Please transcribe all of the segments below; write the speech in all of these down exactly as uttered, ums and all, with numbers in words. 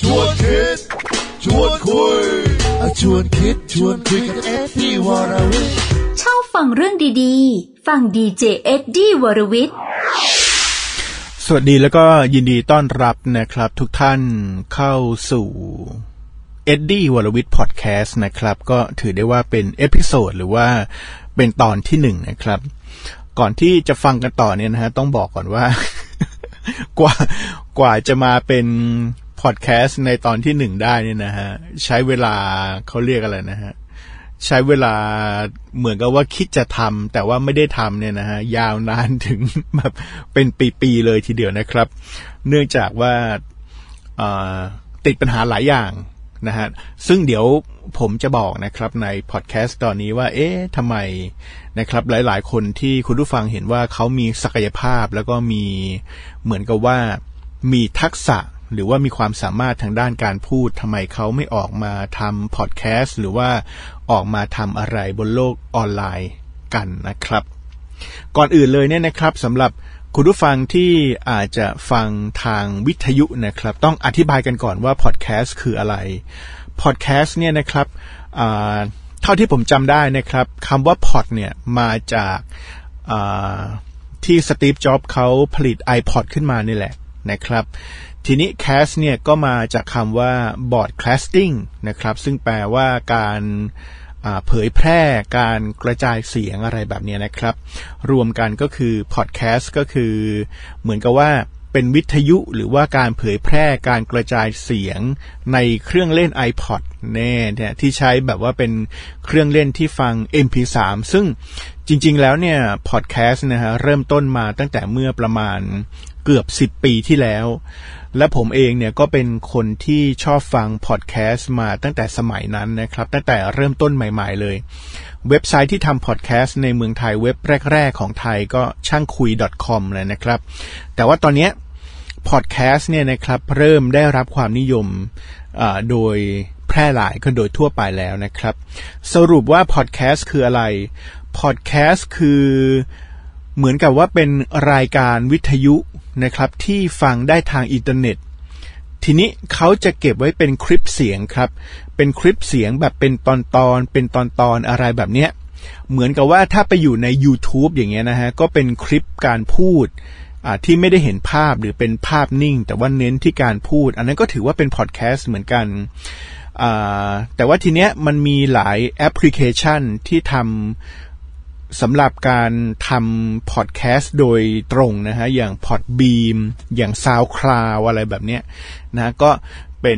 ชวนคิดชวนคุยชวนคิดชวนคุยกับเอ็ดดี้วรวิทย์ชอบฟังเรื่องดีๆฟังดีเจเอ็ดดี้วรวิทย์สวัสดีแล้วก็ยินดีต้อนรับนะครับทุกท่านเข้าสู่เอ็ดดี้วรวิทย์พอดแคสต์นะครับก็ถือได้ว่าเป็นเอพิโซดหรือว่าเป็นตอนที่หนึ่งนะครับก่อนที่จะฟังกันต่อเนี่ยนะฮะต้องบอกก่อนว่า กว่ากว่าจะมาเป็นพอดแคสต์ในตอนที่หนึ่งได้เนี่ยนะฮะใช้เวลาเขาเรียกอะไรนะฮะใช้เวลาเหมือนกับว่าคิดจะทำแต่ว่าไม่ได้ทำเนี่ยนะฮะยาวนานถึงแบบเป็นปีๆเลยทีเดียวนะครับเนื่องจากว่าติดปัญหาหลายอย่างนะฮะซึ่งเดี๋ยวผมจะบอกนะครับในพอดแคสต์ตอนนี้ว่าเอ๊ะทำไมนะครับหลายๆคนที่คุณผู้ฟังเห็นว่าเขามีศักยภาพแล้วก็มีเหมือนกับว่ามีทักษะหรือว่ามีความสามารถทางด้านการพูดทำไมเขาไม่ออกมาทำพอดแคสต์หรือว่าออกมาทำอะไรบนโลกออนไลน์กันนะครับก่อนอื่นเลยเนี่ยนะครับสำหรับคุณผู้ฟังที่อาจจะฟังทางวิทยุนะครับต้องอธิบายกันก่อนว่าพอดแคสต์คืออะไรพอดแคสต์เนี่ยนะครับเท่าที่ผมจำได้นะครับคำว่าพอดเนี่ยมาจากที่สตีฟจ็อบส์เขาผลิต iPod ขึ้นมานี่แหละนะครับทีนี้ cast เนี่ยก็มาจากคำว่า broadcasting นะครับซึ่งแปลว่าการเผยแพร่การกระจายเสียงอะไรแบบนี้นะครับรวมกันก็คือ podcast ก็คือเหมือนกับว่าเป็นวิทยุหรือว่าการเผยแพร่การกระจายเสียงในเครื่องเล่น iPod แน่เนี่ยที่ใช้แบบว่าเป็นเครื่องเล่นที่ฟัง เอ็ม พี ทรี ซึ่งจริงๆแล้วเนี่ย podcast นะฮะเริ่มต้นมาตั้งแต่เมื่อประมาณเกือบสิบปีที่แล้วและผมเองเนี่ยก็เป็นคนที่ชอบฟังพอดแคสต์มาตั้งแต่สมัยนั้นนะครับตั้งแต่เริ่มต้นใหม่ๆเลยเว็บไซต์ที่ทำพอดแคสต์ในเมืองไทยเว็บแรกๆของไทยก็ช่างคุย .com เลยนะครับแต่ว่าตอนนี้พอดแคสต์เนี่ยนะครับเริ่มได้รับความนิยมโดยแพร่หลายกันโดยทั่วไปแล้วนะครับสรุปว่าพอดแคสต์คืออะไรพอดแคสต์คือเหมือนกับว่าเป็นรายการวิทยุนะครับที่ฟังได้ทางอินเทอร์เน็ตทีนี้เขาจะเก็บไว้เป็นคลิปเสียงครับเป็นคลิปเสียงแบบเป็นตอนๆเป็นตอนๆอะไรแบบเนี้ยเหมือนกับว่าถ้าไปอยู่ใน YouTube อย่างเงี้ยนะฮะก็เป็นคลิปการพูดอ่าที่ไม่ได้เห็นภาพหรือเป็นภาพนิ่งแต่ว่าเน้นที่การพูดอันนั้นก็ถือว่าเป็นพอดแคสต์เหมือนกันอ่าแต่ว่าทีเนี้ยมันมีหลายแอปพลิเคชันที่ทำสำหรับการทำพอดแคสต์โดยตรงนะฮะอย่าง Podbean อย่าง SoundCloud อะไรแบบเนี้ยนะก็เป็น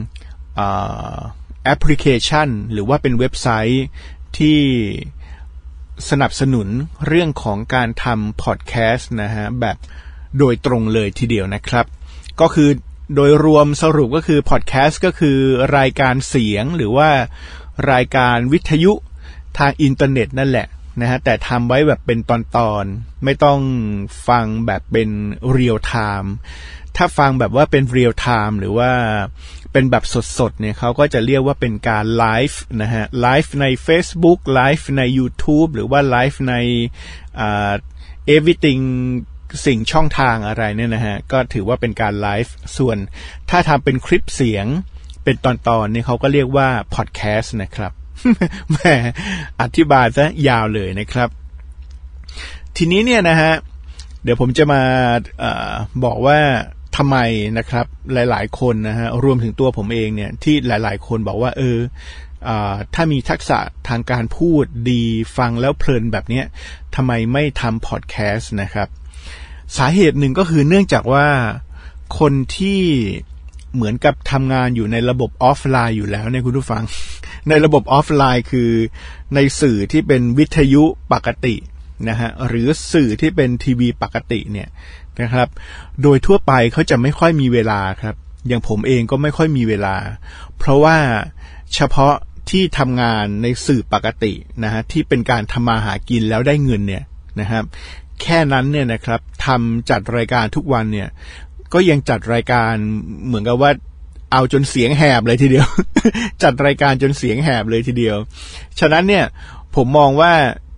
แอปพลิเคชันหรือว่าเป็นเว็บไซต์ที่สนับสนุนเรื่องของการทำพอดแคสต์นะฮะแบบโดยตรงเลยทีเดียวนะครับก็คือโดยรวมสรุปก็คือพอดแคสต์ก็คือรายการเสียงหรือว่ารายการวิทยุทางอินเทอร์เน็ตนั่นแหละนะฮะแต่ทำไว้แบบเป็นตอนๆไม่ต้องฟังแบบเป็นเรียลไทม์ถ้าฟังแบบว่าเป็นเรียลไทม์หรือว่าเป็นแบบสดๆเนี่ยเขาก็จะเรียกว่าเป็นการไลฟ์นะฮะไลฟ์ใน Facebook ไลฟ์ใน YouTube หรือว่าไลฟ์ในอ่า everything สิ่งช่องทางอะไรเนี่ยนะฮะก็ถือว่าเป็นการไลฟ์ส่วนถ้าทำเป็นคลิปเสียงเป็นตอนๆเนี่ยเขาก็เรียกว่าพอดแคสต์นะครับแหมอธิบายซะยาวเลยนะครับทีนี้เนี่ยนะฮะเดี๋ยวผมจะมาเอ่อบอกว่าทำไมนะครับหลายๆคนนะฮะรวมถึงตัวผมเองเนี่ยที่หลายๆคนบอกว่าเออเอ่อถ้ามีทักษะทางการพูดดีฟังแล้วเพลินแบบเนี้ยทำไมไม่ทำพอดแคสต์นะครับสาเหตุหนึ่งก็คือเนื่องจากว่าคนที่เหมือนกับทำงานอยู่ในระบบออฟไลน์อยู่แล้วเนี่ยคุณผู้ฟังในระบบออฟไลน์คือในสื่อที่เป็นวิทยุปกตินะฮะหรือสื่อที่เป็นทีวีปกติเนี่ยนะครับโดยทั่วไปเขาจะไม่ค่อยมีเวลาครับอย่างผมเองก็ไม่ค่อยมีเวลาเพราะว่าเฉพาะที่ทำงานในสื่อปกตินะฮะที่เป็นการทำมาหากินแล้วได้เงินเนี่ยนะครับแค่นั้นเนี่ยนะครับทำจัดรายการทุกวันเนี่ยก็ยังจัดรายการเหมือนกับว่าเอาจนเสียงแหบเลยทีเดียว จัดรายการจนเสียงแหบเลยทีเดียวฉะนั้นเนี่ยผมมองว่า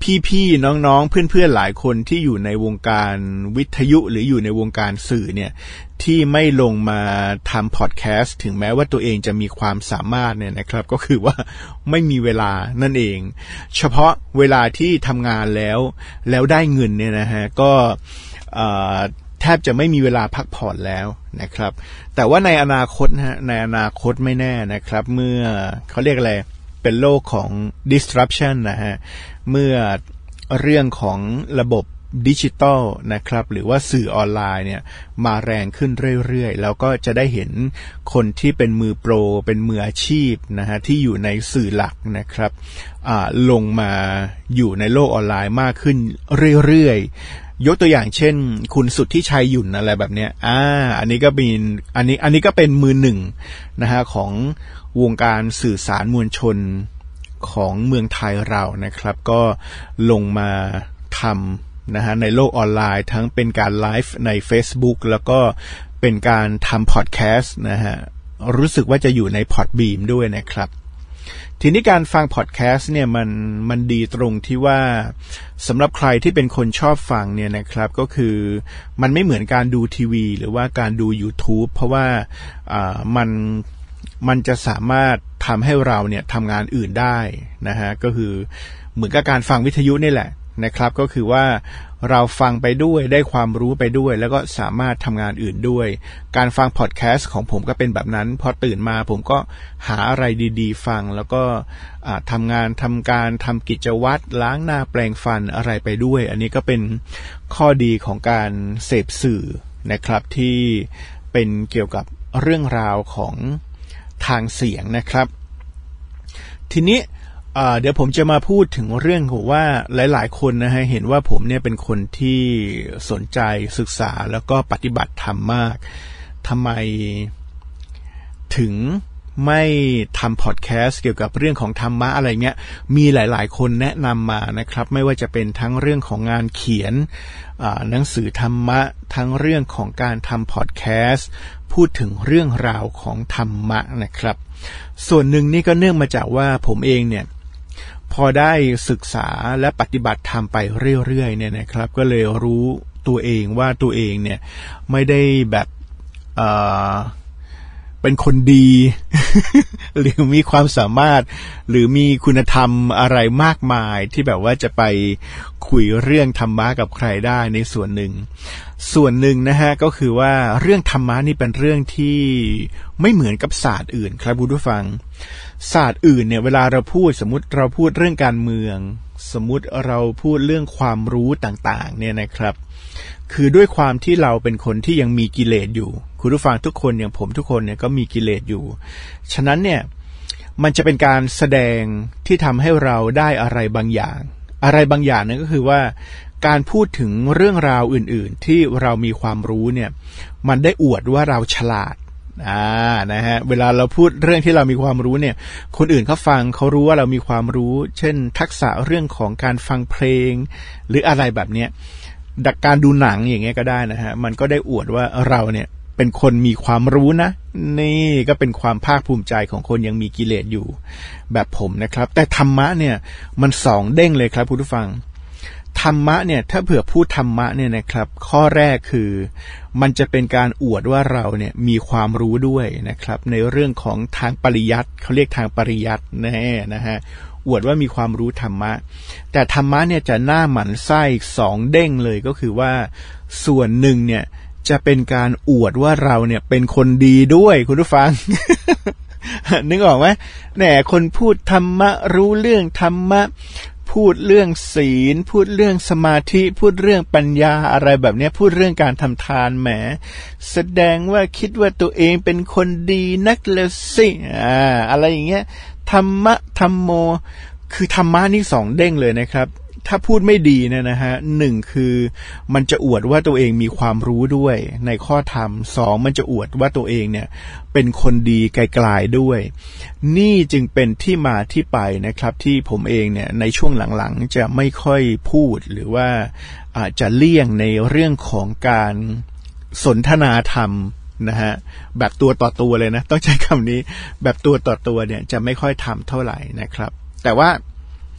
พี่ๆน้องๆเพื่อนๆหลายคนที่อยู่ในวงการวิทยุหรืออยู่ในวงการสื่อเนี่ยที่ไม่ลงมาทำพอดแคสต์ถึงแม้ว่าตัวเองจะมีความสามารถเนี่ยนะครับก็คือว่าไม่มีเวลานั่นเองเฉพาะเวลาที่ทำงานแล้วแล้วได้เงินเนี่ยนะฮะก็แทบจะไม่มีเวลาพักผ่อนแล้วนะครับแต่ว่าในอนาคตนะฮะในอนาคตไม่แน่นะครับเมื่อเขาเรียกอะไรเป็นโลกของ disruption นะฮะเมื่อเรื่องของระบบดิจิตอลนะครับหรือว่าสื่อออนไลน์เนี่ยมาแรงขึ้นเรื่อยๆแล้วก็จะได้เห็นคนที่เป็นมือโปรเป็นมืออาชีพนะฮะที่อยู่ในสื่อหลักนะครับลงมาอยู่ในโลกออนไลน์มากขึ้นเรื่อยๆยกตัวอย่างเช่นคุณสุทธิชัยหยุ่นอะไรแบบเนี้ยอ่าอันนี้ก็เป็นอันนี้อันนี้ก็เป็นมือหนึ่งนะฮะของวงการสื่อสารมวลชนของเมืองไทยเรานะครับก็ลงมาทำนะฮะในโลกออนไลน์ทั้งเป็นการไลฟ์ใน Facebook แล้วก็เป็นการทำพอดแคสต์นะฮะรู้สึกว่าจะอยู่ใน Podbean ด้วยนะครับทีนี้การฟังพอดแคสต์เนี่ยมันมันดีตรงที่ว่าสำหรับใครที่เป็นคนชอบฟังเนี่ยนะครับก็คือมันไม่เหมือนการดูทีวีหรือว่าการดู YouTube เพราะว่าอ่ามันมันจะสามารถทำให้เราเนี่ยทำงานอื่นได้นะฮะก็คือเหมือนกับการฟังวิทยุนี่แหละนะครับก็คือว่าเราฟังไปด้วยได้ความรู้ไปด้วยแล้วก็สามารถทำงานอื่นด้วยการฟังพอดแคสต์ของผมก็เป็นแบบนั้นพอตื่นมาผมก็หาอะไรดีๆฟังแล้วก็ทำงานทำการทำกิจวัตรล้างหน้าแปรงฟันอะไรไปด้วยอันนี้ก็เป็นข้อดีของการเสพสื่อนะครับที่เป็นเกี่ยวกับเรื่องราวของทางเสียงนะครับทีนี้เดี๋ยวผมจะมาพูดถึงเรื่องของว่าหลายๆคนนะฮะเห็นว่าผมเนี่ยเป็นคนที่สนใจศึกษาแล้วก็ปฏิบัติธรรมมากทำไมถึงไม่ทำพอดแคสต์เกี่ยวกับเรื่องของธรรมะอะไรเงี้ยมีหลายๆคนแนะนำมานะครับไม่ว่าจะเป็นทั้งเรื่องของงานเขียนหนังสือธรรมะทั้งเรื่องของการทำพอดแคสต์พูดถึงเรื่องราวของธรรมะนะครับส่วนหนึ่งนี่ก็เนื่องมาจากว่าผมเองเนี่ยพอได้ศึกษาและปฏิบัติธรรมไปเรื่อยๆเนี่ยนะครับก็เลยรู้ตัวเองว่าตัวเองเนี่ยไม่ได้แบบเอ่อเป็นคนดี หรือมีความสามารถหรือมีคุณธรรมอะไรมากมายที่แบบว่าจะไปคุยเรื่องธรรมะกับใครได้ในส่วนหนึ่งส่วนหนึ่งนะฮะก็คือว่าเรื่องธรรมะนี่เป็นเรื่องที่ไม่เหมือนกับศาสตร์อื่นครับคุณผู้ฟังศาสตร์อื่นเนี่ยเวลาเราพูดสมมุติเราพูดเรื่องการเมืองสมมุติเราพูดเรื่องความรู้ต่างๆเนี่ยนะครับคือด้วยความที่เราเป็นคนที่ยังมีกิเลสอยู่คุณผู้ฟังทุกคนอย่างผมทุกคนเนี่ยก็มีกิเลสอยู่ฉะนั้นเนี่ยมันจะเป็นการแสดงที่ทำให้เราได้อะไรบางอย่างอะไรบางอย่างนั่นก็คือว่าการพูดถึงเรื่องราวอื่นๆที่เรามีความรู้เนี่ยมันได้อวดว่าเราฉลาดอ่านะฮะเวลาเราพูดเรื่องที่เรามีความรู้เนี่ยคนอื่นเขาฟังเขารู้ว่าเรามีความรู้เช่นทักษะเรื่องของการฟังเพลงหรืออะไรแบบเนี้ยดักการดูหนังอย่างเงี้ยก็ได้นะฮะมันก็ได้อวดว่าเราเนี่ยเป็นคนมีความรู้นะนี่ก็เป็นความภาคภูมิใจของคนยังมีกิเลสอยู่แบบผมนะครับแต่ธรรมะเนี่ยมันสองเด้งเลยครับคุณผู้ฟังธรรมะเนี่ยถ้าเผื่อพูดธรรมะเนี่ยนะครับข้อแรกคือมันจะเป็นการอวดว่าเราเนี่ยมีความรู้ด้วยนะครับในเรื่องของทางปริยัติเขาเรียกทางปริยัติแน่นะฮะอวดว่ามีความรู้ธรรมะแต่ธรรมะเนี่ยจะหน้าหมันไส้สองเด้งเลยก็คือว่าส่วนหนึ่งเนี่ยจะเป็นการอวดว่าเราเนี่ยเป็นคนดีด้วยคุณผู้ฟัง นึกออกไหมแหนคนพูดธรรมะรู้เรื่องธรรมะพูดเรื่องศีลพูดเรื่องสมาธิพูดเรื่องปัญญาอะไรแบบนี้พูดเรื่องการทำทานแหมแสดงว่าคิดว่าตัวเองเป็นคนดีนักเลยสิอ่าอะไรอย่างเงี้ยธรรมะธรรมโมคือธรรมะนี่สองเด้งเลยนะครับถ้าพูดไม่ดีเนี่ยนะฮะหนึ่งคือมันจะอวดว่าตัวเองมีความรู้ด้วยในข้อธรรมสองมันจะอวดว่าตัวเองเนี่ยเป็นคนดีไกลๆด้วยนี่จึงเป็นที่มาที่ไปนะครับที่ผมเองเนี่ยในช่วงหลังๆจะไม่ค่อยพูดหรือว่าอาจจะเลี่ยงในเรื่องของการสนทนาธรรมนะฮะแบบตัวต่อตัวเลยนะต้องใช้คำนี้แบบตัวต่อตัวเนี่ยจะไม่ค่อยทำเท่าไหร่นะครับแต่ว่า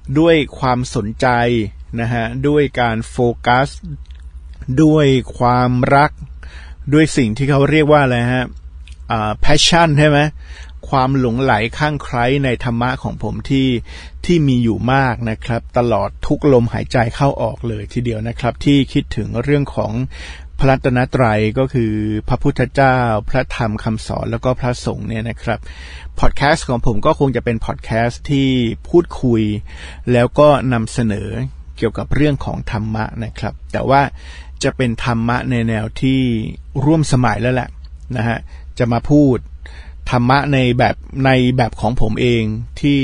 ด้วยความสนใจนะฮะด้วยการโฟกัสด้วยความรักด้วยสิ่งที่เขาเรียกว่าอะไรฮะอ่า passion ใช่ไหมความหลงไหลข้างใครในธรรมะของผมที่ที่มีอยู่มากนะครับตลอดทุกลมหายใจเข้าออกเลยทีเดียวนะครับที่คิดถึงเรื่องของพระรัตนตรัยก็คือพระพุทธเจ้าพระธรรมคำสอนแล้วก็พระสงฆ์เนี่ยนะครับพอดแคสต์ของผมก็คงจะเป็นพอดแคสต์ที่พูดคุยแล้วก็นำเสนอเกี่ยวกับเรื่องของธรรมะนะครับแต่ว่าจะเป็นธรรมะในแนวที่ร่วมสมัยแล้วแหละนะฮะจะมาพูดธรรมะในแบบในแบบของผมเองที่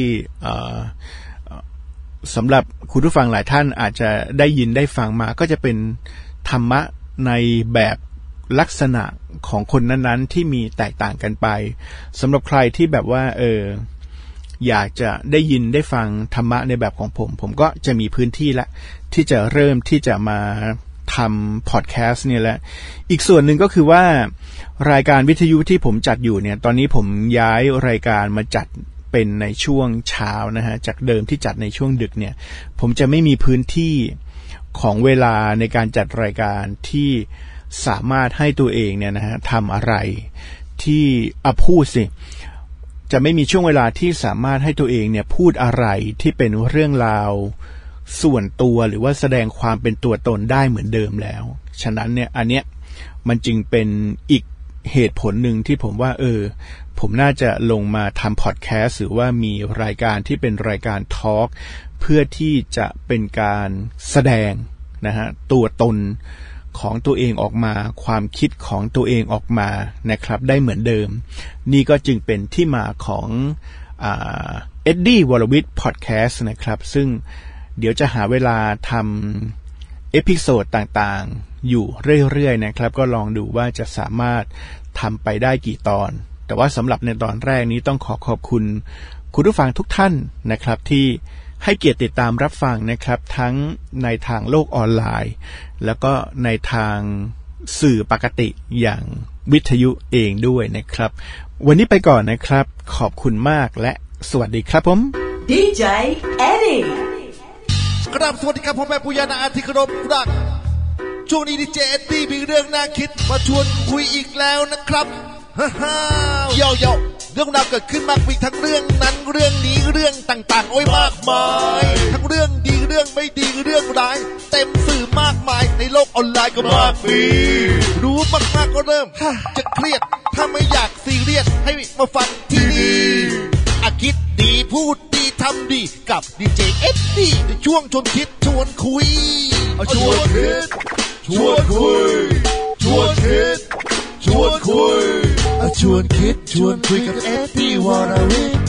สำหรับคุณผู้ฟังหลายท่านอาจจะได้ยินได้ฟังมาก็จะเป็นธรรมะในแบบลักษณะของคนนั้นๆที่มีแตกต่างกันไปสำหรับใครที่แบบว่าเอออยากจะได้ยินได้ฟังธรรมะในแบบของผมผมก็จะมีพื้นที่ละที่จะเริ่มที่จะมาทำพอดแคสต์เนี่ยแหละอีกส่วนหนึ่งก็คือว่ารายการวิทยุที่ผมจัดอยู่เนี่ยตอนนี้ผมย้ายรายการมาจัดเป็นในช่วงเช้านะฮะจากเดิมที่จัดในช่วงดึกเนี่ยผมจะไม่มีพื้นที่ของเวลาในการจัดรายการที่สามารถให้ตัวเองเนี่ยนะฮะทำอะไรที่อ่ะพูดสิจะไม่มีช่วงเวลาที่สามารถให้ตัวเองเนี่ยพูดอะไรที่เป็นเรื่องราวส่วนตัวหรือว่าแสดงความเป็นตัวตนได้เหมือนเดิมแล้วฉะนั้นเนี่ยอันเนี้ยมันจึงเป็นอีกเหตุผลหนึ่งที่ผมว่าเออผมน่าจะลงมาทำพอดแคสต์หรือว่ามีรายการที่เป็นรายการทอล์กเพื่อที่จะเป็นการแสดงนะฮะตัวตนของตัวเองออกมาความคิดของตัวเองออกมานะครับได้เหมือนเดิมนี่ก็จึงเป็นที่มาของอ่า Eddie Horowitz Podcast นะครับซึ่งเดี๋ยวจะหาเวลาทำเอพิโซดต่างๆอยู่เรื่อยๆนะครับก็ลองดูว่าจะสามารถทำไปได้กี่ตอนแต่ว่าสำหรับในตอนแรกนี้ต้องขอขอบคุณคุณผู้ฟังทุกท่านนะครับที่ให้เกียรติติดตามรับฟังนะครับทั้งในทางโลกออนไลน์แล้วก็ในทางสื่อปกติอย่างวิทยุเองด้วยนะครับวันนี้ไปก่อนนะครับขอบคุณมากและสวัสดีครับผมดี เจ Eddie กราบสวัสดีครับพ่อแม่ปุยานาอาที่เคารพรักช่วงนี้ดีเจเอ็ดดี้มีเรื่องน่าคิดมาชวนคุยอีกแล้วนะครับฮ่าฮ่าเย่าเย่าเรื่องราวเกิดขึ้นมากมีทั้งเรื่องนั้นเรื่องนี้เรื่องต่างๆโอ้ยมากมายทั้งเรื่องดีเรื่องไม่ดีเรื่องร้ายเต็มสื่อมากมายในโลกออนไลน์ก็มากมีรู้มากๆก็เริ่มจะเครียดถ้าไม่อยากซีเรียสให้มาฟังที่นี่อาคิดดีพูดดีทำดีกับดีเจเอ็ดดี้ในช่วงชวนคิดชวนคุยชวนคิดชวนคุยชวนคิดชวนคุยชวนคิดชวนคุยกับเอ็ดดี้วรวิทย์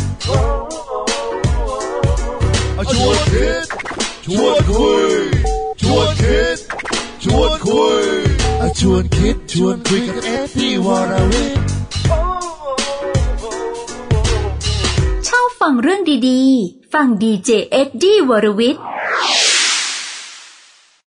ชวนคิดชวนคุยชวนคิดชวนคุยชวนคิดชวนคุยกับเอ็ดดี้วรวิทย์ชอบฟังเรื่องดีๆฟังดีเจเอ็ดดี้วรวิทย์